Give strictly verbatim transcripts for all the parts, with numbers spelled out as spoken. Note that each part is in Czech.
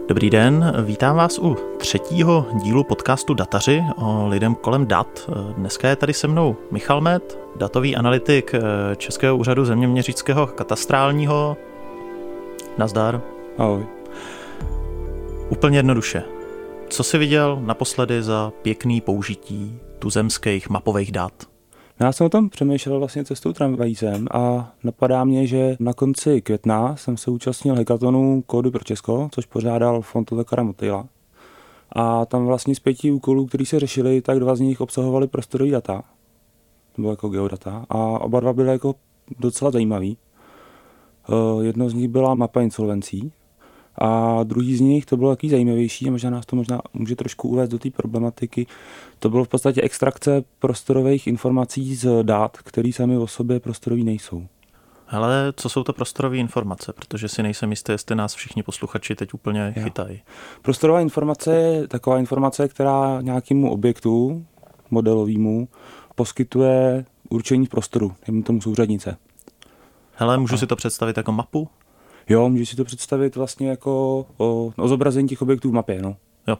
Dobrý den, vítám vás u třetího dílu podcastu Dataři o lidem kolem dat. Dneska je tady se mnou Michal Met, datový analytik Českého úřadu zeměměřického katastrálního. Nazdar. Ahoj. Úplně jednoduše. Co jsi viděl naposledy za pěkný použití tuzemských mapových dat? Já jsem o tom přemýšlel vlastně cestou tramvají sem a napadá mě, že na konci května jsem se účastnil hackathonu Kódy pro Česko, což pořádal fond Otakara Motejla. A tam vlastně z pěti úkolů, který se řešili, tak dva z nich obsahovaly prostorové data, nebo jako geodata, a oba dva byly jako docela zajímavý. Jedno z nich byla mapa insolvencí a druhý z nich, to bylo taky zajímavější a možná nás to možná může trošku uvést do té problematiky. To bylo v podstatě extrakce prostorových informací z dat, které sami o sobě prostorový nejsou. Hele, co jsou to prostorové informace? Protože si nejsem jistý, jestli nás všichni posluchači teď úplně jo. chytají. Prostorová informace je taková informace, která nějakému objektu modelovému poskytuje určení prostoru, dejme tomu souřadnice. Hele, můžu a... si to představit jako mapu? Jo, můžeš si to představit vlastně jako o, o zobrazení těch objektů v mapě, no. Jo.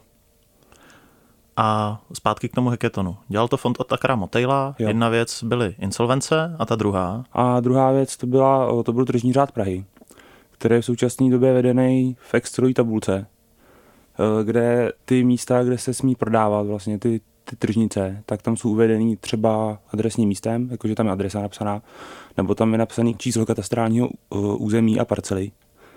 A zpátky k tomu hackathonu. Dělal to fond Otakara Motejla, jo. Jedna věc byly insolvence a ta druhá? A druhá věc to, byla, to byl tržní řád Prahy, který je v současné době vedený v Excelové tabulce, kde ty místa, kde se smí prodávat vlastně ty, ty tržnice, tak tam jsou uvedený třeba adresním místem, jakože tam je adresa napsaná, nebo tam je napsaný číslo katastrálního území a parcely.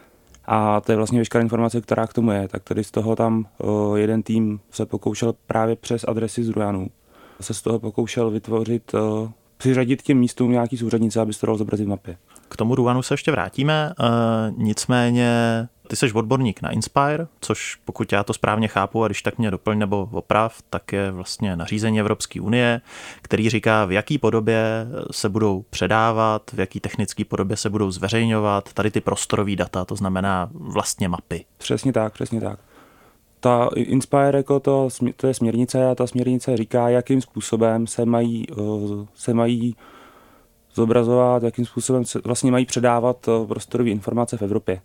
A to je vlastně veškerá informace, která k tomu je. Tak tady z toho tam uh, jeden tým se pokoušel právě přes adresy z Rujanů. Se z toho pokoušel vytvořit, uh, přiřadit těm místům nějaký souřadnice, aby se to dalo zobrazit v mapě. K tomu Ruanu se ještě vrátíme, uh, nicméně ty jsi odborník na Inspire, což pokud já to správně chápu, a když tak mě doplň nebo oprav, tak je vlastně nařízení Evropské unie, který říká, v jaký podobě se budou předávat, v jaký technické podobě se budou zveřejňovat tady ty prostorové data, to znamená vlastně mapy. Přesně tak, přesně tak. Ta Inspire jako to, to je směrnice a ta směrnice říká, jakým způsobem se mají, se mají zobrazovat, jakým způsobem se vlastně mají předávat prostorové informace v Evropě.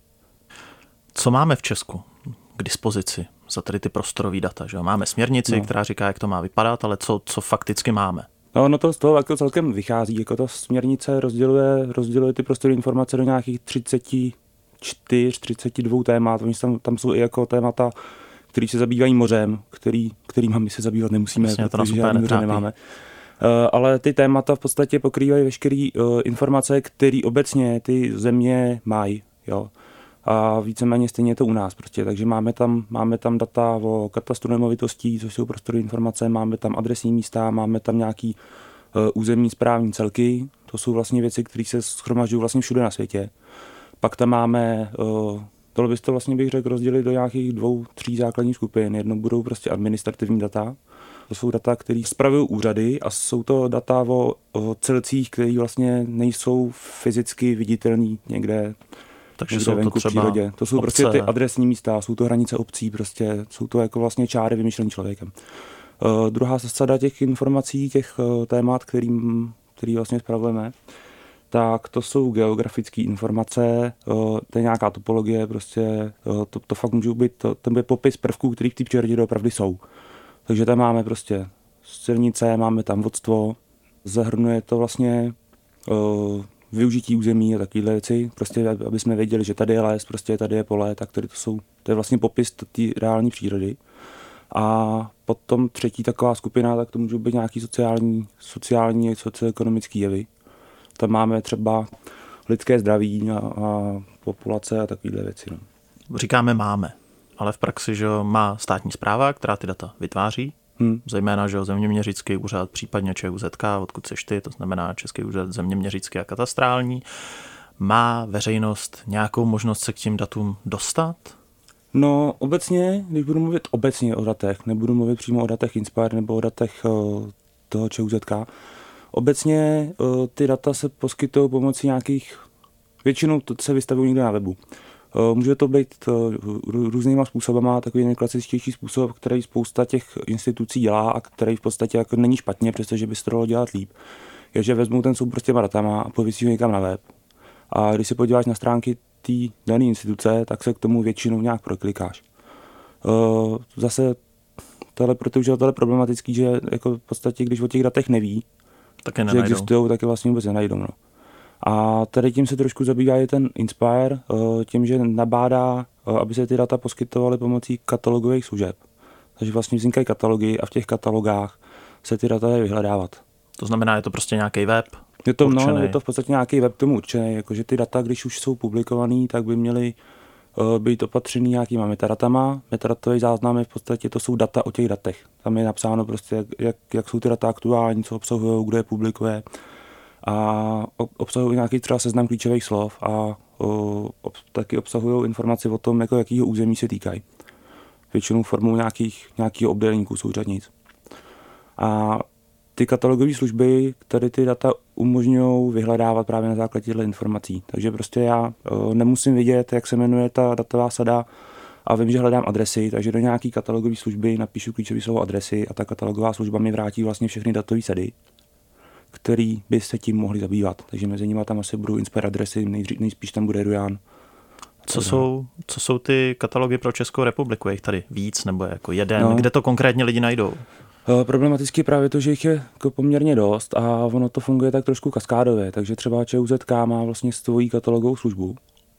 Co máme v Česku k dispozici za tady ty prostorové data? Že? Máme směrnici, no. která říká, jak to má vypadat, ale co, co fakticky máme? No, no to z toho jako celkem vychází. Jako ta směrnice rozděluje, rozděluje ty prostorové informace do nějakých třicet čtyři, třicet dva témat. Oni tam, tam jsou i jako témata, které se zabývají mořem, který, kterýma my se zabývat nemusíme, Vlastně, protože žádný moře nemáme. Uh, ale ty témata v podstatě pokrývají veškeré uh, informace, které obecně ty země mají. Jo. A víceméně stejně je to u nás prostě, takže máme tam, máme tam data o katastru nemovitostí, což jsou prostorové informace, máme tam adresní místa, máme tam nějaký uh, územní správní celky, to jsou vlastně věci, které se shromažďují vlastně všude na světě. Pak tam máme, uh, tohle byste vlastně bych řekl rozdělit do nějakých dvou, tří základních skupin. Jedno budou prostě administrativní data, to jsou data, které spravují úřady a jsou to data o, o celcích, které vlastně nejsou fyzicky viditelné někde. Takže jsou to třeba přírodě. To jsou obce. Prostě ty adresní místa, jsou to hranice obcí, prostě jsou to jako vlastně čáry vymyšlený člověkem. Uh, druhá sada těch informací, těch uh, témat, kterým, který vlastně spravujeme, tak to jsou geografické informace, uh, to je nějaká topologie, prostě uh, to, to fakt může být, to, ten je popis prvků, který v té přírodě doopravdy jsou. Takže tam máme prostě silnice, máme tam vodstvo, zahrnuje to vlastně uh, využití území a takovéhle věci, prostě aby jsme věděli, že tady je les, prostě tady je pole, tak tady to jsou, to je vlastně popis té reální přírody. A potom třetí taková skupina, tak to můžou být nějaký sociální, sociální socioekonomický jevy. Tam máme třeba lidské zdraví a, a populace a takovéhle věci. No. Říkáme máme, ale v praxi, že má státní správa, která ty data vytváří, Hmm. zejména, že zeměměřický úřad, případně ČÚZK, odkud seš ty, to znamená Český úřad zeměměřický a katastrální. Má veřejnost nějakou možnost se k těm datům dostat? No obecně, když budu mluvit obecně o datech, nebudu mluvit přímo o datech Inspire nebo o datech uh, toho ČÚZK, obecně uh, ty data se poskytují pomocí nějakých, většinou to se vystavují někde na webu. Může to být různýma způsobama, takový nejklasičtější způsob, který spousta těch institucí dělá a který v podstatě jako není špatně, přestože by se to dalo dělat líp, je, že vezmou ten soubor s těma datama a povisí ho někam na web. A když se podíváš na stránky té dané instituce, tak se k tomu většinou nějak proklikáš. Uh, zase tohle pro ty uživatele je problematický, že jako v podstatě, když o těch datech neví, tak je že existují, tak je vlastně vůbec nenajdou. No. A tady tím se trošku zabývá i ten Inspire, tím, že nabádá, aby se ty data poskytovaly pomocí katalogových služeb. Takže vlastně vznikají katalogy a v těch katalogách se ty data dají vyhledávat. To znamená, je to prostě nějaký web je to, no, je to v podstatě nějaký web tomu určený, jakože ty data, když už jsou publikovaný, tak by měly uh, být opatřený nějakýma metadatama. Metadatový záznam je v podstatě, to jsou data o těch datech. Tam je napsáno prostě, jak, jak, jak jsou ty data aktuální, co obsahují, kdo je publikuje. A obsahují nějaký třeba seznam klíčových slov a uh, ob, taky obsahují informace o tom, jako jakýho území se týkají. Většinou formou nějakých, nějakých obdélníků souřadnic. A ty katalogové služby, které ty data umožňují vyhledávat právě na základě těchto informací. Takže prostě já uh, nemusím vidět, jak se jmenuje ta datová sada a vím, že hledám adresy, takže do nějaký katalogové služby napíšu klíčové slovo adresy a ta katalogová služba mi vrátí vlastně všechny datové sady, který by se tím mohli zabývat. Takže mezi nimi tam asi budou Inspire adresy, nejdřív, nejspíš tam bude Rujan. Co jsou, co jsou ty katalogy pro Českou republiku? Je jich tady víc nebo jako jeden? No. Kde to konkrétně lidi najdou? Problematicky je právě to, že jich je jako poměrně dost a ono to funguje tak trošku kaskádově, takže třeba ČUZK má vlastně svoji katalogovou službu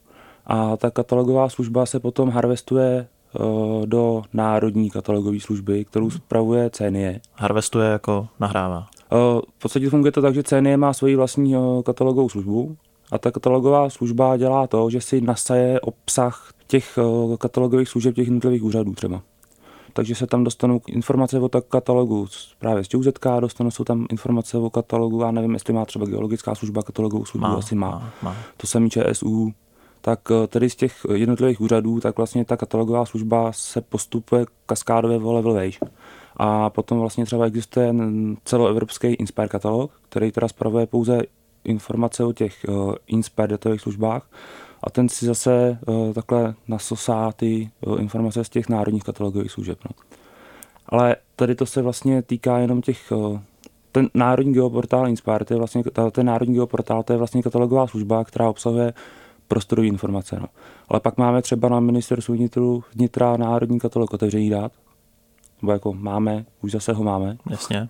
a ta katalogová služba se potom harvestuje uh, do národní katalogové služby, kterou spravuje C N I E. Harvestuje jako nahrává? Uh, v podstatě funguje to tak, že C N I E má svoji vlastní uh, katalogovou službu a ta katalogová služba dělá to, že si nasaje obsah těch uh, katalogových služeb těch jednotlivých úřadů třeba. Takže se tam dostanou informace o katalogu právě z ČUZK, dostanou se tam informace o katalogu, já nevím, jestli má třeba geologická služba katalogovou službu, má, asi má. má, má. To samý ČSÚ, tak tedy z těch jednotlivých úřadů, tak vlastně ta katalogová služba se postupuje kaskádově o level vejš. A potom vlastně třeba existuje celoevropský Inspire katalog, který teda spravuje pouze informace o těch uh, Inspire datových službách, a ten si zase uh, takhle nasosá ty uh, informace z těch národních katalogových služeb. No. Ale tady to se vlastně týká jenom těch, uh, ten národní geoportál Inspire, to je vlastně, ten národní geoportál, to je vlastně katalogová služba, která obsahuje prostorové informace. No. Ale pak máme třeba na ministerstvu vnitra národní katalog otevřených dat, nebo jako máme, už zase ho máme. Jasně.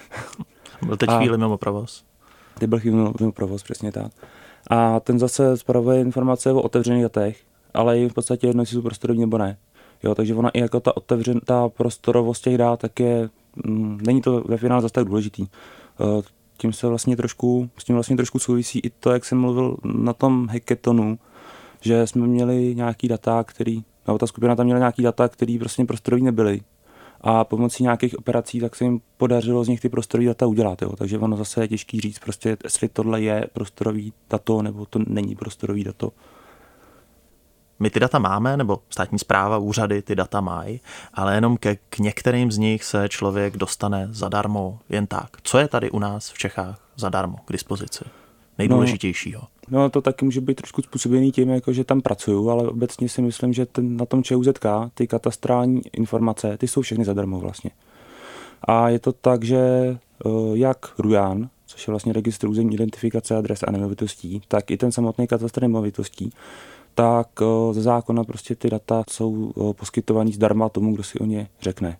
Byl teď chvíli mimo provoz. Ty byl chvíli mimo provoz, přesně tak. A ten zase spravuje informace o otevřených datech, ale je v podstatě jedno, jestli jsou prostorový nebo ne. Jo, takže ona i jako ta otevřená ta prostorovost těch dat, tak je, m, není to ve finále zase tak důležitý. Uh, tím se vlastně trošku, s tím vlastně trošku souvisí i to, jak jsem mluvil na tom hackathonu, že jsme měli nějaký data, který, nebo ta skupina tam měla nějaký data, který prostě prostorový nebyly. A pomocí nějakých operací tak se jim podařilo z nich ty prostorové data udělat. Jo. Takže ono zase je těžký říct, prostě, jestli tohle je prostorový dato, nebo to není prostorový dato. My ty data máme, nebo státní správa, úřady ty data mají, ale jenom ke, k některým z nich se člověk dostane zadarmo jen tak. Co je tady u nás v Čechách zadarmo k dispozici? Nejdůležitějšího. No, no to taky může být trošku způsobený tím, jako, že tam pracuju, ale obecně si myslím, že ten, na tom ČUZK ty katastrální informace, ty jsou všechny zadarmo vlastně. A je to tak, že uh, jak Rujan, což je vlastně registr územní identifikace adres a nemovitostí, tak i ten samotný katastr nemovitostí, tak uh, ze zákona prostě ty data jsou uh, poskytovaný zdarma tomu, kdo si o ně řekne.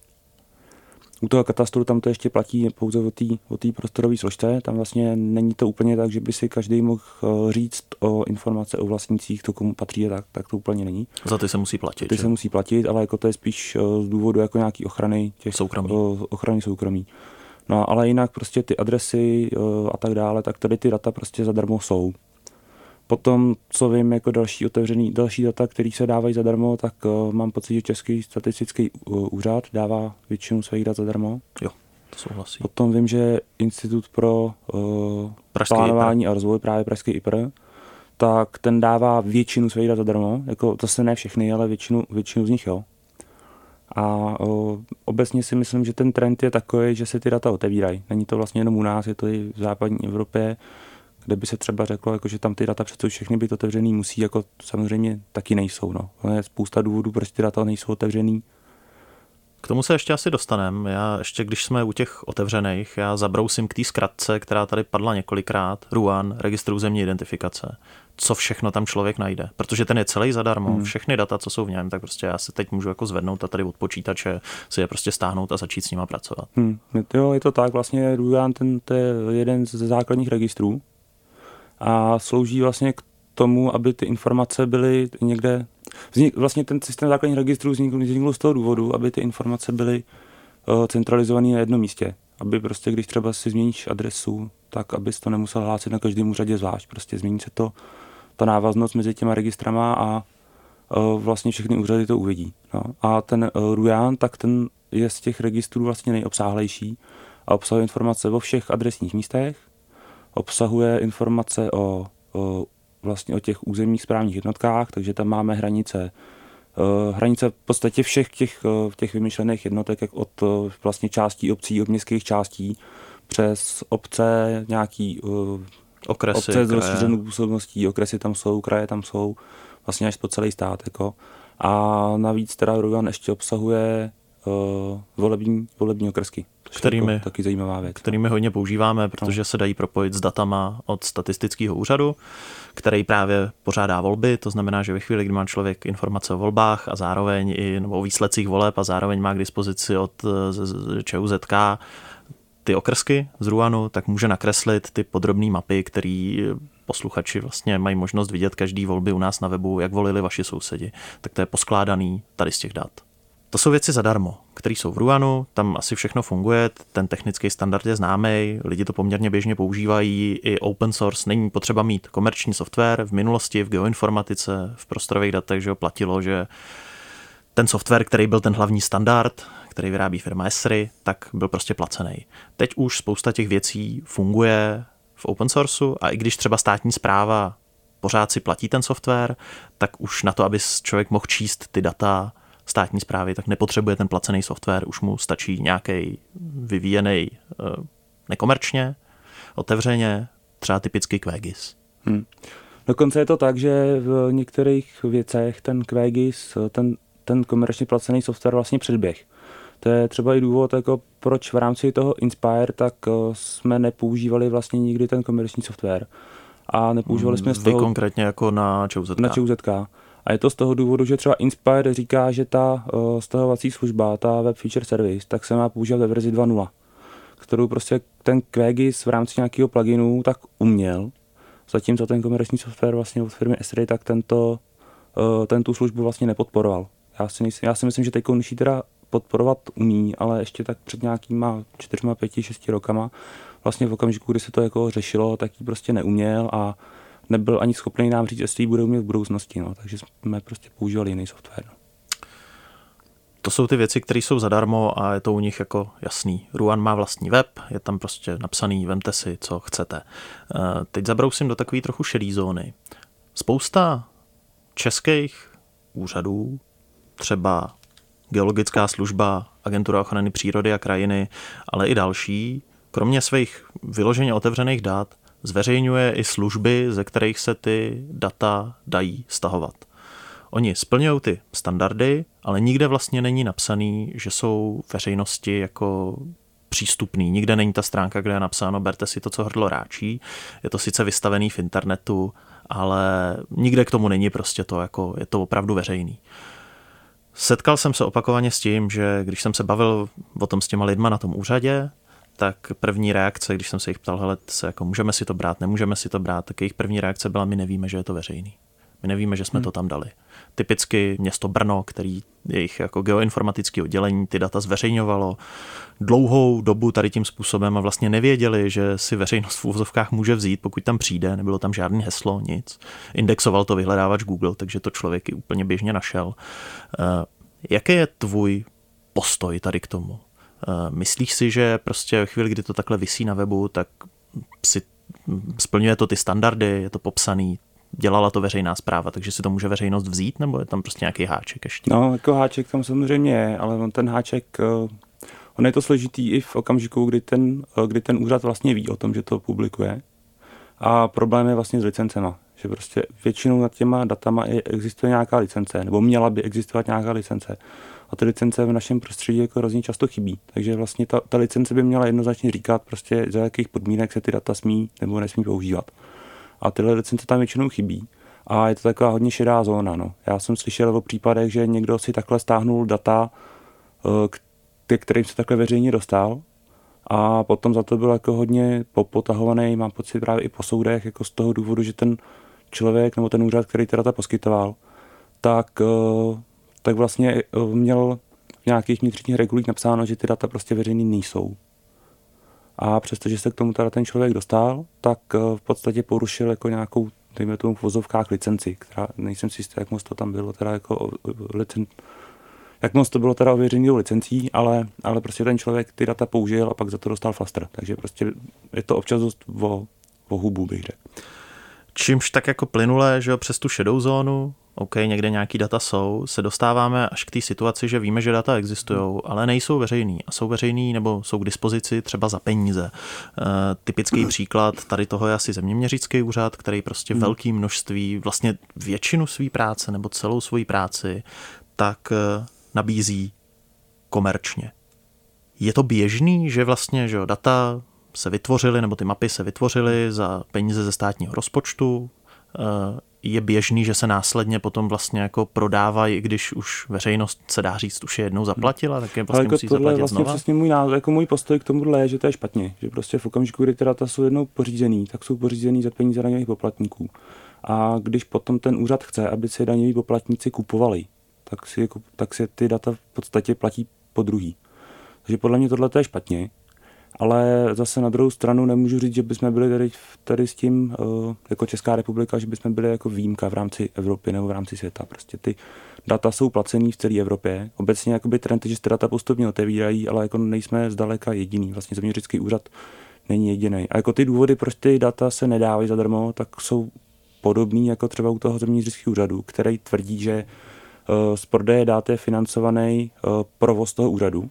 U toho katastru tam to ještě platí pouze o té o té prostorové složce, tam vlastně není to úplně tak, že by si každý mohl říct o informace o vlastnících, to komu patří, tak, tak to úplně není. Za ty se musí platit. Ty že? se musí platit, ale jako to je spíš z důvodu jako nějaký ochrany těch soukromí. ochrany soukromí. No ale jinak prostě ty adresy a tak dále, tak tady ty data prostě zadarmo jsou. Potom, co vím, jako další otevřený, další data, které se dávají zadarmo, tak uh, mám pocit, že Český statistický uh, úřad dává většinu svých dat zadarmo. Jo, to souhlasí. Potom vím, že Institut pro uh, plánování a rozvoj, právě Pražský I P R, tak ten dává většinu svých dat zadarmo. Jako, to se ne všechny, ale většinu, většinu z nich, jo. A uh, obecně si myslím, že ten trend je takový, že se ty data otevírají. Není to vlastně jenom u nás, je to i v západní Evropě, kde by se třeba řeklo, jako, že tam ty data přece všechny být otevřený musí, jako samozřejmě taky nejsou. No. Je spousta důvodů, proč ty data nejsou otevřený. K tomu se ještě asi dostaneme. Já ještě, když jsme u těch otevřených, já zabrousím k té zkratce, která tady padla několikrát, RUAN, registr územní identifikace. Co všechno tam člověk najde, protože ten je celý zadarmo, hmm. všechny data, co jsou v něm, tak prostě já se teď můžu jako zvednout a tady od počítače si je prostě stáhnout a začít s nima pracovat. Hmm. Jo, je to tak, vlastně RUAN, ten, to je jeden ze základních registrů a slouží vlastně k tomu, aby ty informace byly někde, vznik, vlastně ten systém základních registrů vznikl, vznikl z toho důvodu, aby ty informace byly uh, centralizované na jednom místě, aby prostě, když třeba si změníš adresu, tak abys to nemusel hlásit na každém úřadě zvlášť, prostě změní se to, ta návaznost mezi těma registrama a uh, vlastně všechny úřady to uvidí. No. A ten uh, RUAN, tak ten je z těch registrů vlastně nejobsáhlejší a obsahuje informace o všech adresních místech, obsahuje informace o, o vlastně o těch územních správních jednotkách, takže tam máme hranice, uh, hranice v podstatě všech těch, uh, těch vymyšlených jednotek, jak od uh, vlastně částí obcí, od městských částí, přes obce, nějaký uh, okresy, obce s rozšířenou působností, okresy tam jsou, kraje tam jsou, vlastně až po celý stát. Jako. A navíc teda RUAN ještě obsahuje uh, volební, volební okrsky. Kterými, jako taky zajímavá věc. Kterými hodně používáme, protože no. se dají propojit s datama od statistického úřadu, který právě pořádá volby, to znamená, že ve chvíli, kdy má člověk informace o volbách a zároveň i nebo o výsledcích voleb a zároveň má k dispozici od ČUZK ty okrsky z RUANu, tak může nakreslit ty podrobné mapy, které posluchači vlastně mají možnost vidět každý volby u nás na webu, jak volili vaši sousedi. Tak to je poskládaný tady z těch dat. To jsou věci zadarmo, které jsou v RUANu, tam asi všechno funguje, ten technický standard je známý, lidi to poměrně běžně používají, i open source, není potřeba mít komerční software. V minulosti v geoinformatice, v prostorových datech, že platilo, že ten software, který byl ten hlavní standard, který vyrábí firma Esri, tak byl prostě placený. Teď už spousta těch věcí funguje v open sourceu a i když třeba státní správa pořád si platí ten software, tak už na to, aby člověk mohl číst ty data státní správy, tak nepotřebuje ten placený software, už mu stačí nějaký vyvíjený nekomerčně, otevřeně, třeba typický QGIS. Hmm. Dokonce je to tak, že v některých věcech ten QGIS, ten, ten komerčně placený software vlastně předběh. To je třeba i důvod, jako proč v rámci toho Inspire tak jsme nepoužívali vlastně nikdy ten komerční software. A nepoužívali jsme z toho... Vy konkrétně jako na ČUZK. Na ČUZK. A je to z toho důvodu, že třeba Inspire říká, že ta uh, stahovací služba, ta Web Feature Service, tak se má používat ve verzi dva tečka nula, kterou prostě ten QGIS v rámci nějakého pluginu tak uměl. Zatímco ten komerční software vlastně od firmy Esri, tak tento, uh, ten tu službu vlastně nepodporoval. Já si, já si myslím, že teď už ji teda podporovat umí, ale ještě tak před nějakýma čtyřma, pěti, šesti rokama, vlastně v okamžiku, kdy se to jako řešilo, tak ji prostě neuměl a nebyl ani schopný nám říct, jestli ji bude umět v budoucnosti, no. Takže jsme prostě používali jiný software. No. To jsou ty věci, které jsou zadarmo a je to u nich jako jasný. RUAN má vlastní web, je tam prostě napsaný, vemte si, co chcete. Teď zabrousím do takové trochu šedý zóny. Spousta českých úřadů, třeba Geologická služba, Agentura ochrany přírody a krajiny, ale i další, kromě svých vyloženě otevřených dat, zveřejňuje i služby, ze kterých se ty data dají stahovat. Oni splňují ty standardy, ale nikde vlastně není napsaný, že jsou veřejnosti jako přístupný. Nikde není ta stránka, kde je napsáno, berte si to, co hrdlo ráčí. Je to sice vystavený v internetu, ale nikde k tomu není prostě to, jako je to opravdu veřejný. Setkal jsem se opakovaně s tím, že když jsem se bavil o tom s těma lidma na tom úřadě, tak první reakce, když jsem se jich ptal, hele, se jako můžeme si to brát, nemůžeme si to brát, tak jejich první reakce byla, my nevíme, že je to veřejný. My nevíme, že jsme hmm. to tam dali. Typicky město Brno, který jejich jako geoinformatické oddělení ty data zveřejňovalo dlouhou dobu tady tím způsobem a vlastně nevěděli, že si veřejnost v úvozovkách může vzít, pokud tam přijde, nebylo tam žádný heslo, nic. Indexoval to vyhledávač Google, takže to člověk i úplně běžně našel. Jaký je tvůj postoj tady k tomu? Myslíš si, že prostě v chvíli, kdy to takhle visí na webu, tak si splňuje to ty standardy, je to popsaný, dělala to veřejná správa, takže si to může veřejnost vzít, nebo je tam prostě nějaký háček ještě? No, jako háček tam samozřejmě je, ale on ten háček, on je to složitý i v okamžiku, kdy ten, kdy ten úřad vlastně ví o tom, že to publikuje. A problém je vlastně s licencema, že prostě většinou nad těma datama existuje nějaká licence, nebo měla by existovat nějaká licence. a ty licence v našem prostředí jako hrozně často chybí. Takže vlastně ta, ta licence by měla jednoznačně říkat prostě, za jakých podmínek se ty data smí nebo nesmí používat. A tyhle licence tam většinou chybí. A je to taková hodně šedá zóna. No. Já jsem slyšel o případech, že někdo si takhle stáhnul data, ke kterým se takhle veřejně dostal, a potom za to byl jako hodně popotahovaný, mám pocit právě i po soudech, jako z toho důvodu, že ten člověk nebo ten úřad, který ty data poskytoval, tak, tak vlastně měl v nějakých vnitřních regulích napsáno, že ty data prostě veřejný nejsou. A přestože se k tomu teda ten člověk dostal, tak v podstatě porušil jako nějakou, dejme tomu v vozovkách, licenci, která nejsem si jistý, jak moc to tam bylo, teda jako licen, jak moc to bylo teda ověřený licencí, ale, ale prostě ten člověk ty data použil a pak za to dostal flastr. Takže prostě je to občas dost o, o hubu, bych řekl. Čímž tak jako plynule, že jo, přes tu šedou zónu, OK, někde nějaký data jsou, se dostáváme až k té situaci, že víme, že data existují, ale nejsou veřejný. A jsou veřejný nebo jsou k dispozici třeba za peníze. E, typický příklad tady toho je asi zeměměřický úřad, který prostě hmm. velké množství, vlastně většinu své práce nebo celou svoji práci, tak e, nabízí komerčně. Je to běžný, že vlastně že jo, data se vytvořily, nebo ty mapy se vytvořily za peníze ze státního rozpočtu. Je běžný, že se následně potom vlastně jako prodávají, i když už veřejnost, se dá říct, už je jednou zaplatila, tak je vlastně jako musí zaplatit vlastně znova. Přesně můj názor, jako můj postoj k tomuhle je, že to je špatně. Že prostě v okamžiku, kdy ty data jsou jednou pořízený, tak jsou pořízený za peníze daňových poplatníků. A když potom ten úřad chce, aby si daňoví poplatníci kupovali, tak si, tak si ty data v podstatě platí po druhý. Takže podle mě tohle je špatně. Ale zase na druhou stranu nemůžu říct, že bychom byli tady, tady s tím jako Česká republika, že bychom byli jako výjimka v rámci Evropy nebo v rámci světa. Prostě ty data jsou placený v celé Evropě. Obecně jakoby trend, že ty data postupně otevírají, ale jako nejsme zdaleka jediný. Vlastně zeměměřický úřad není jediný. A jako ty důvody, proč ty data se nedávají zadarmo, tak jsou podobný jako třeba u toho zeměměřického úřadu, který tvrdí, že z prodeje dat je financovaný provoz toho úřadu,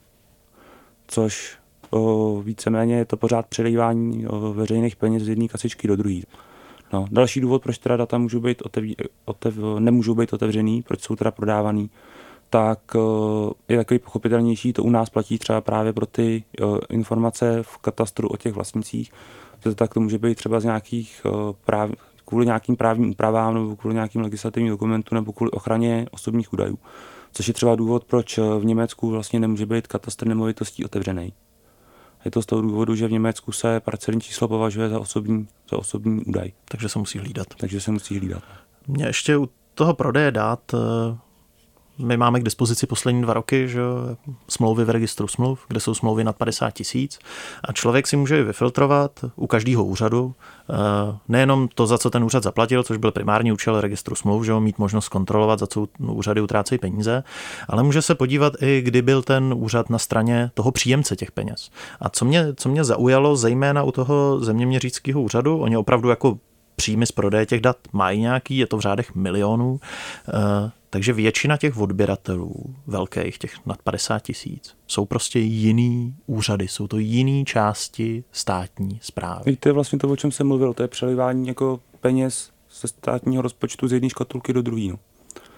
což O, víceméně je to pořád přelívání o, veřejných peněz z jedné kasičky do druhé. No, další důvod, proč teda data můžou být oteví, otev, nemůžou být otevřený, proč jsou teda prodávaný, tak o, je takový pochopitelnější, to u nás platí třeba právě pro ty o, informace v katastru o těch vlastnicích, to tak to může být třeba z nějakých o, práv, kvůli nějakým právním úpravám nebo kvůli nějakým legislativním dokumentům nebo kvůli ochraně osobních údajů. Což je třeba důvod, proč v Německu vlastně nemůže být katastr nemovitostí otevřený. Je to z toho důvodu, že v Německu se parcelní číslo považuje za osobní, za osobní údaj. Takže se musí hlídat. Takže se musí hlídat. Mě ještě u toho prodeje dat, my máme k dispozici poslední dva roky, že smlouvy v registru smluv, kde jsou smlouvy nad padesát tisíc a člověk si může vyfiltrovat u každého úřadu nejenom to, za co ten úřad zaplatil, což byl primární účel registru smluv, že mít možnost kontrolovat, za co úřady utrácejí peníze, ale může se podívat i, kdy byl ten úřad na straně toho příjemce těch peněz. A co mě, co mě zaujalo, zejména u toho zeměměřického úřadu, oni opravdu jako příjmy z prodeje těch dat mají nějaký, je to v řádech milionů, takže většina těch odběratelů velkých, těch nad padesát tisíc, jsou prostě jiný úřady, jsou to jiný části státní správy. To je vlastně to, o čem jsem mluvil, to je přelivání jako peněz ze státního rozpočtu z jedné škatulky do druhé. No.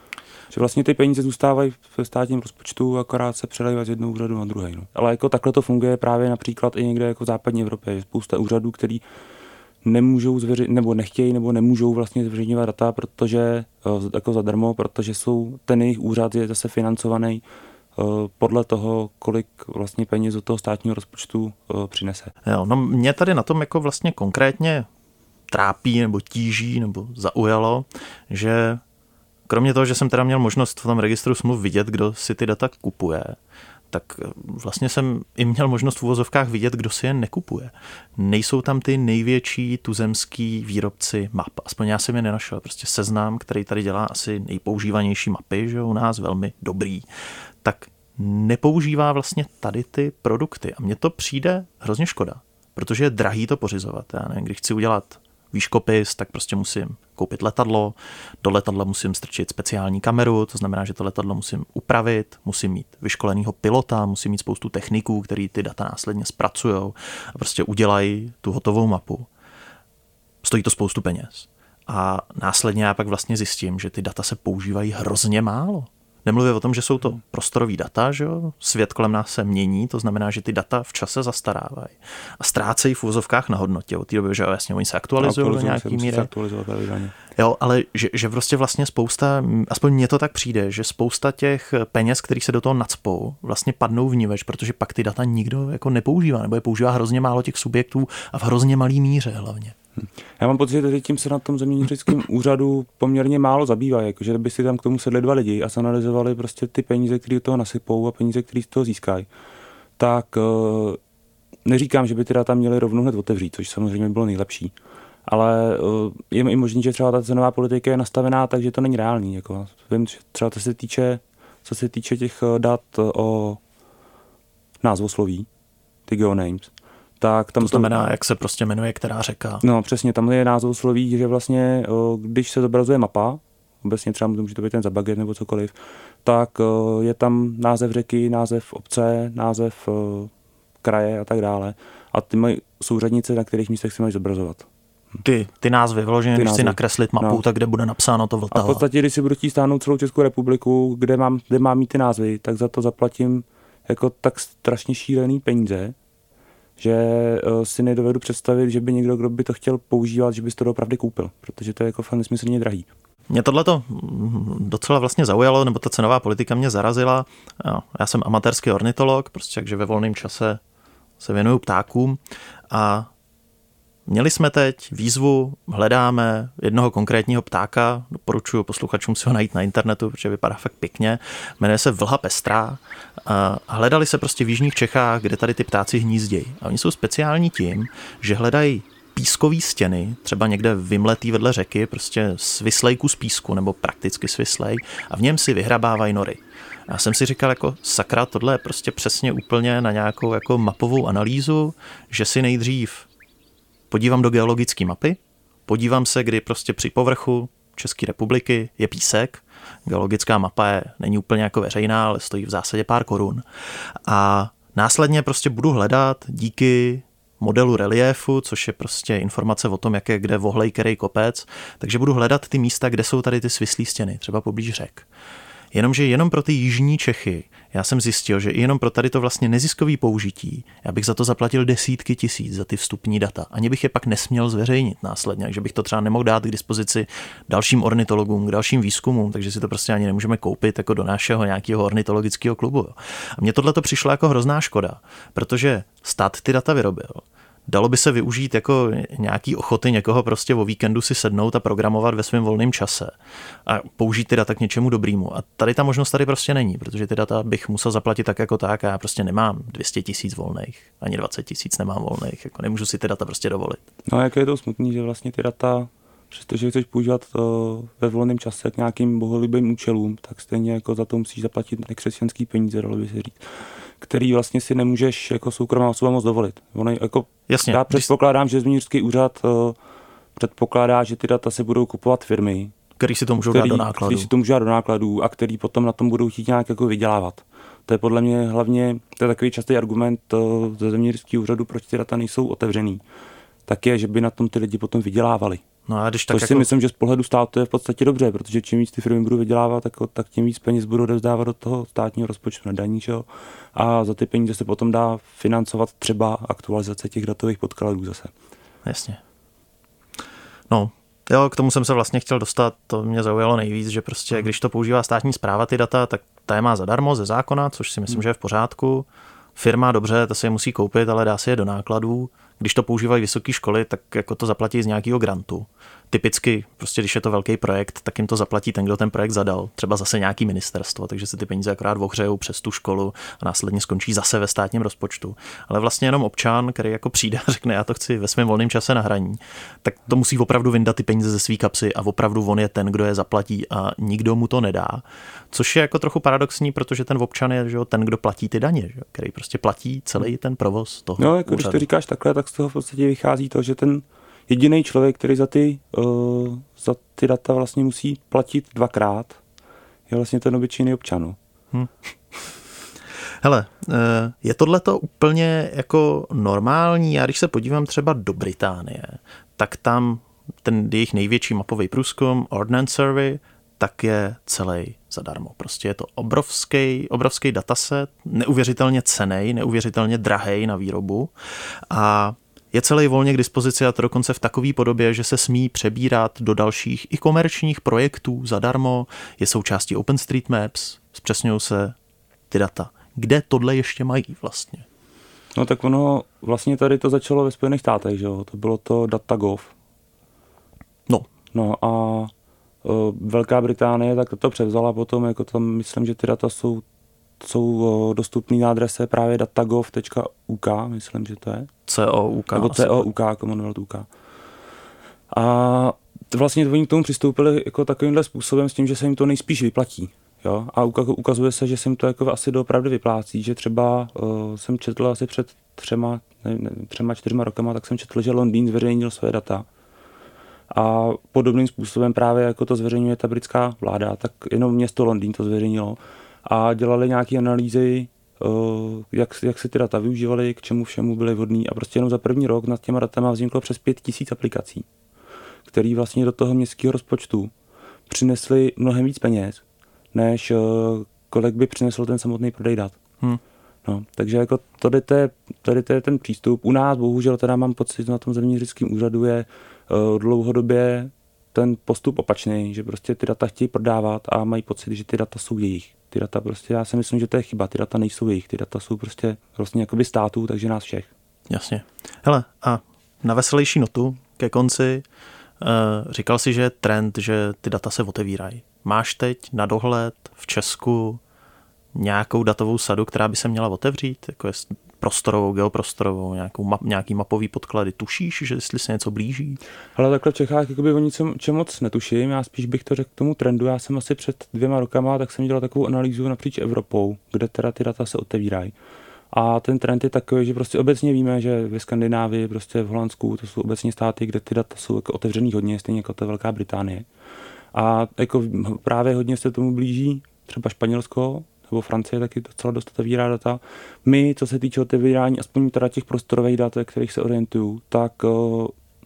Že vlastně ty peníze zůstávají ve státním rozpočtu, akorát se přelívají z jednoho úřadu na druhý. No. Ale jako takhle to funguje právě například i někde jako v západní Evropě. Je spousta úřadů, který nemůžou zveři- nebo nechtějí, nebo nemůžou vlastně zveřejňovat data, protože jako zadarmo, protože jsou, ten jejich úřad je zase financovaný podle toho, kolik vlastně peněz do toho státního rozpočtu přinese. Jo, no mě tady na tom jako vlastně konkrétně trápí nebo tíží nebo zaujalo, že kromě toho, že jsem teda měl možnost v tom registru smluv vidět, kdo si ty data kupuje, tak vlastně jsem i měl možnost v uvozovkách vidět, kdo si je nekupuje. Nejsou tam ty největší tuzemský výrobci map. Aspoň já jsem je nenašel. Prostě Seznam, který tady dělá asi nejpoužívanější mapy, že u nás velmi dobrý, tak nepoužívá vlastně tady ty produkty. A mně to přijde hrozně škoda, protože je drahý to pořizovat. Já nevím, když chci udělat výškopis, tak prostě musím koupit letadlo, do letadla musím strčit speciální kameru, to znamená, že to letadlo musím upravit, musím mít vyškolenýho pilota, musím mít spoustu techniků, který ty data následně zpracujou a prostě udělají tu hotovou mapu. Stojí to spoustu peněz. A následně já pak vlastně zjistím, že ty data se používají hrozně málo. Nemluvě o tom, že jsou to prostorový data, že jo? Svět kolem nás se mění, to znamená, že ty data v čase zastarávají a ztrácejí v úvozovkách na hodnotě. Od té doby, že jo, jasně, oni se aktualizují do nějaký míry. Jo, ale že, že prostě vlastně spousta, aspoň mně to tak přijde, že spousta těch peněz, kterých se do toho nacpou, vlastně padnou vniveč, protože pak ty data nikdo jako nepoužívá, nebo je používá hrozně málo těch subjektů a v hrozně malý míře hlavně. Já mám pocit, že tím se na tom zeměměřickém úřadu poměrně málo zabývá, jakože by si tam k tomu sedli dva lidi a zanalyzovali prostě ty peníze, které do toho nasypou a peníze, které z toho získají. Tak neříkám, že by ty data měly rovnou hned otevřít, což samozřejmě bylo nejlepší. Ale je i možný, že třeba ta cenová politika je nastavená tak, že to není reálný. Jako. Vím, že třeba to se týče, co se týče těch dat o názvosloví, ty geonames, tak tam to znamená, to, jak se prostě jmenuje která řeka. No přesně, tam je názvosloví, že vlastně, když se zobrazuje mapa, obecně třeba může to být ten Zabaget nebo cokoliv, tak je tam název řeky, název obce, název kraje a tak dále. A ty mají souřadnice, na kterých místech si mají zobrazovat. Ty, ty názvy, vyloženě, když názvy. Si nakreslit mapu, no. Tak kde bude napsáno to Vltava. A v podstatě, když si budu chtít stáhnout celou Českou republiku, kde mám, kde mám mít ty názvy, tak za to zaplatím jako tak strašně šílený peníze, že uh, si nedovedu představit, že by někdo, kdo by to chtěl používat, že by to opravdu koupil, protože to je jako fakt nesmyslně drahý. Mě tohleto docela vlastně zaujalo, nebo ta cenová politika mě zarazila. Já jsem amatérský ornitolog, prostě takže ve volném čase se věnuju ptákům a měli jsme teď výzvu, hledáme jednoho konkrétního ptáka, doporučuji posluchačům si ho najít na internetu, protože vypadá fakt pěkně, jmenuje se vlha pestrá a hledali se prostě v jižních Čechách, kde tady ty ptáci hnízdějí. A oni jsou speciální tím, že hledají pískové stěny, třeba někde vymletý vedle řeky, prostě svislej kus písku, nebo prakticky svislej, a v něm si vyhrabávají nory. Já jsem si říkal, jako sakra, tohle je prostě přesně úplně na nějakou jako mapovou analýzu, že si nejdřív podívám do geologické mapy, podívám se, kdy prostě při povrchu České republiky je písek, geologická mapa je, není úplně jako veřejná, ale stojí v zásadě pár korun. A následně prostě budu hledat díky modelu reliéfu, což je prostě informace o tom, jak je kde vohlej který kopec, takže budu hledat ty místa, kde jsou tady ty svislý stěny, třeba poblíž řek. Jenomže jenom pro ty jižní Čechy, já jsem zjistil, že i jenom pro tady to vlastně neziskový použití, já bych za to zaplatil desítky tisíc za ty vstupní data. Ani bych je pak nesměl zveřejnit následně, takže bych to třeba nemohl dát k dispozici dalším ornitologům, k dalším výzkumům, takže si to prostě ani nemůžeme koupit jako do našeho nějakého ornitologického klubu. Jo. A mně tohle to přišlo jako hrozná škoda, protože stát ty data vyrobil. Dalo by se využít jako nějaký ochoty někoho prostě o víkendu si sednout a programovat ve svém volném čase a použít ty data k něčemu dobrýmu. A tady ta možnost tady prostě není, protože ty data bych musel zaplatit tak jako tak a já prostě nemám dvě stě tisíc volných, ani dvacet tisíc nemám volných, jako nemůžu si ty data prostě dovolit. No a jak je to smutný, že vlastně ty data, přestože chceš používat ve volném čase k nějakým bohulibým účelům, tak stejně jako za to musíš zaplatit nekřesťanský peníze, dalo by se říct, který vlastně si nemůžeš jako soukromá osoba moc dovolit. Ono jako, jasně, já předpokládám, že zeměměřický úřad uh, předpokládá, že ty data se budou kupovat firmy, který si to můžou který, dát do nákladů. Který si to můžou dát do nákladů a který potom na tom budou chtít nějak jako vydělávat. To je podle mě hlavně, to je takový častý argument uh, ze zeměměřického úřadu, proč ty data nejsou otevřený. Tak je, že by na tom ty lidi potom vydělávali. No a když tak to jako... si myslím, že z pohledu státu je v podstatě dobře, protože čím víc ty firmy budou vydělávat, tak, tak tím víc peněz budou rozdávat do toho státního rozpočtu na daní, že jo? A za ty peníze se potom dá financovat třeba aktualizace těch datových podkladů zase. Jasně. No, jo, k tomu jsem se vlastně chtěl dostat, to mě zaujalo nejvíc, že prostě, hmm. když to používá státní správa ty data, tak ta je má zadarmo ze zákona, což si myslím, hmm. že je v pořádku. Firma, dobře, to si je musí koupit, ale dá si je do nákladů. Když to používají vysoké školy, tak jako to zaplatí z nějakého grantu. Typicky, prostě když je to velký projekt, tak jim to zaplatí ten, kdo ten projekt zadal. Třeba zase nějaký ministerstvo, takže se ty peníze akorát ohřejou přes tu školu a následně skončí zase ve státním rozpočtu. Ale vlastně jenom občan, který jako přijde a řekne, já to chci ve svém volném čase na hraní, tak to musí opravdu vyndat ty peníze ze svý kapsy a opravdu on je ten, kdo je zaplatí a nikdo mu to nedá. Což je jako trochu paradoxní, protože ten občan je, že, ten, kdo platí ty daně, že, který prostě platí celý ten provoz toho. No, jako když to říkáš takhle, tak z toho v podstatě vychází to, že ten jediný člověk, který za ty, uh, za ty data vlastně musí platit dvakrát, je vlastně ten obyčejný občan. Hm. Hele, je tohleto úplně jako normální? Já když se podívám třeba do Británie, tak tam ten jejich největší mapový průzkum, Ordnance Survey, tak je celý zadarmo. Prostě je to obrovský, obrovský dataset, neuvěřitelně cenný, neuvěřitelně drahej na výrobu a je celý volně k dispozici a to dokonce v takové podobě, že se smí přebírat do dalších i komerčních projektů zadarmo, je součástí OpenStreetMaps, zpřesňují se ty data. Kde tohle ještě mají vlastně? No tak ono, vlastně tady to začalo ve Spojených státech, že jo? To bylo to DataGov. No. No a uh, Velká Británie tak to převzala potom, jako tam myslím, že ty data jsou, jsou uh, dostupné na adrese právě datagov tečka u k, myslím, že to je. C O U K. Nebo C O U K, Commonwealth U K. A vlastně oni k tomu přistoupili jako takovýmhle způsobem s tím, že se jim to nejspíš vyplatí. Jo? A ukazuje se, že se jim to jako asi doopravdy vyplácí, že třeba uh, jsem četl asi před třema, ne, ne, třema, čtyřma rokama, tak jsem četl, že Londýn zveřejnil své data. A podobným způsobem právě jako to zveřejňuje ta britská vláda, tak jenom město Londýn to zveřejnilo. A dělali nějaké analýzy, uh, jak, jak se ty data využívaly, k čemu všemu byly vhodný. A prostě jenom za první rok nad těma datama vzniklo přes pět tisíc aplikací, které vlastně do toho městského rozpočtu přinesly mnohem víc peněz, než uh, kolik by přinesl ten samotný prodej dat. Hmm. No, takže jako tady, te, tady te ten přístup. U nás bohužel teda mám pocit, na tom zeměměřickém úřadu je uh, dlouhodobě ten postup opačný, že prostě ty data chtějí prodávat a mají pocit, že ty data jsou jejich. Ty data prostě, já si myslím, že to je chyba, ty data nejsou jejich, ty data jsou prostě vlastně jakoby států, takže nás všech. Jasně. Hele, a na veselější notu ke konci uh, říkal si, že je trend, že ty data se otevírají. Máš teď na dohled v Česku nějakou datovou sadu, která by se měla otevřít, jako je prostorovou, geoprostorovou, nějakou map, nějaký mapový podklady. Tušíš, že jestli se něco blíží? Ale takhle v Čechách jakoby o ničem čem moc netuším, já spíš bych to řekl k tomu trendu. Já jsem asi před dvěma rokama, tak jsem dělal takovou analýzu napříč Evropou, kde teda ty data se otevírají. A ten trend je takový, že prostě obecně víme, že ve Skandinávii, prostě v Holandsku, to jsou obecně státy, kde ty data jsou jako otevřený hodně, stejně jako ta Velká Británie. A jako právě hodně se tomu blíží třeba Španělsko, nebo Francie taky docela dost otevírá data. My, co se týče otevírání, aspoň teda těch prostorových dat, kterých se orientuju, tak uh,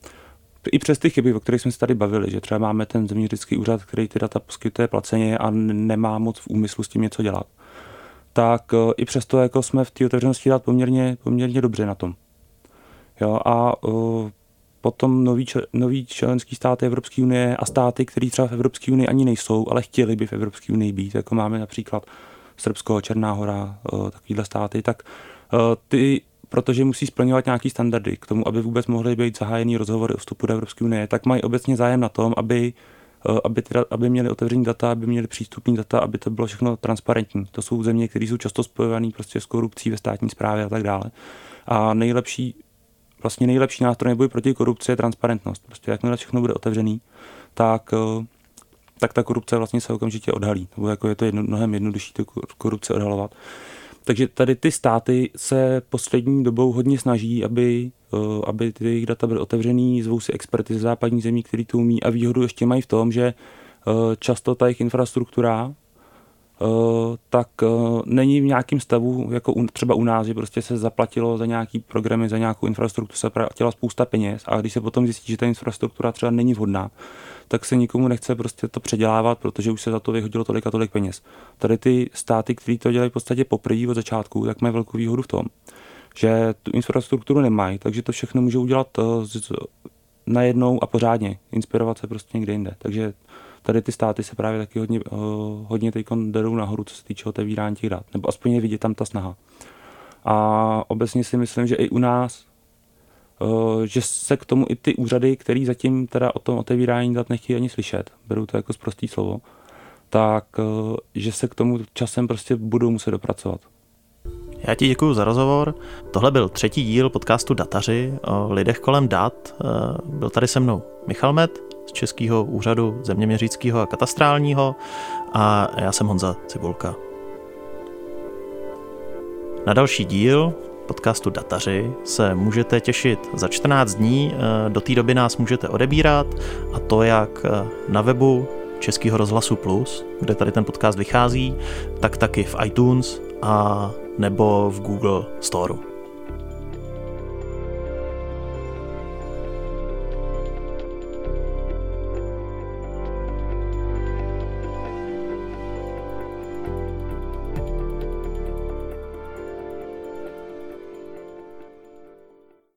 i přes ty chyby, o kterých jsme se tady bavili, že třeba máme ten zeměměřický úřad, který ty data poskytuje placeně a nemá moc v úmyslu s tím něco dělat, tak uh, i přesto jako jsme v té otevřenosti dat poměrně, poměrně dobře na tom. Jo, a uh, potom nový, nový členský státy Evropské unie a státy, které třeba v Evropské unii ani nejsou, ale chtěli by v Evropské unii být, jako máme například Srbsko, Černá Hora, takovýhle státy, tak ty, protože musí splňovat nějaký standardy k tomu, aby vůbec mohly být zahájený rozhovory o vstupu do Evropské unie, tak mají obecně zájem na tom, aby, aby, teda, aby měli otevřený data, aby měli přístupný data, aby to bylo všechno transparentní. To jsou země, které jsou často spojované prostě s korupcí ve státní správě a tak dále. A nejlepší, vlastně nejlepší nástroj na boj proti korupci je transparentnost. Prostě jakmile všechno bude otevřený, tak tak ta korupce vlastně se okamžitě odhalí. Nebo jako je to jedno, mnohem jednodušší tu korupce odhalovat. Takže tady ty státy se poslední dobou hodně snaží, aby, uh, aby ty jejich data byly otevřený, zvou si experty ze západní zemí, kteří to umí a výhodu ještě mají v tom, že uh, často ta jejich infrastruktura uh, tak uh, není v nějakém stavu, jako u, třeba u nás, že prostě se zaplatilo za nějaký programy, za nějakou infrastrukturu, se zaplatila spousta peněz a když se potom zjistí, že ta infrastruktura třeba není vhodná, tak se nikomu nechce prostě to předělávat, protože už se za to vyhodilo tolik a tolik peněz. Tady ty státy, které to dělají v podstatě poprvé od začátku, tak mají velkou výhodu v tom, že tu infrastrukturu nemají, takže to všechno můžou udělat najednou a pořádně, inspirovat se prostě někde jinde. Takže tady ty státy se právě taky hodně, hodně teďkon derou nahoru, co se týče otevírání těch dat, nebo aspoň je vidět tam ta snaha. A obecně si myslím, že i u nás že se k tomu i ty úřady, který zatím teda o tom otevírání dat nechtějí ani slyšet, berou to jako sprostý slovo, tak že se k tomu časem prostě budou muset dopracovat. Já ti děkuji za rozhovor. Tohle byl třetí díl podcastu Dataři o lidech kolem dat. Byl tady se mnou Michal Met z Českého úřadu zeměměřického a katastrálního a já jsem Honza Cibulka. Na další díl podcastu Dataři se můžete těšit za čtrnáct dní. Do té doby nás můžete odebírat a to jak na webu Českého rozhlasu Plus, kde tady ten podcast vychází, tak taky v iTunes a nebo v Google Store.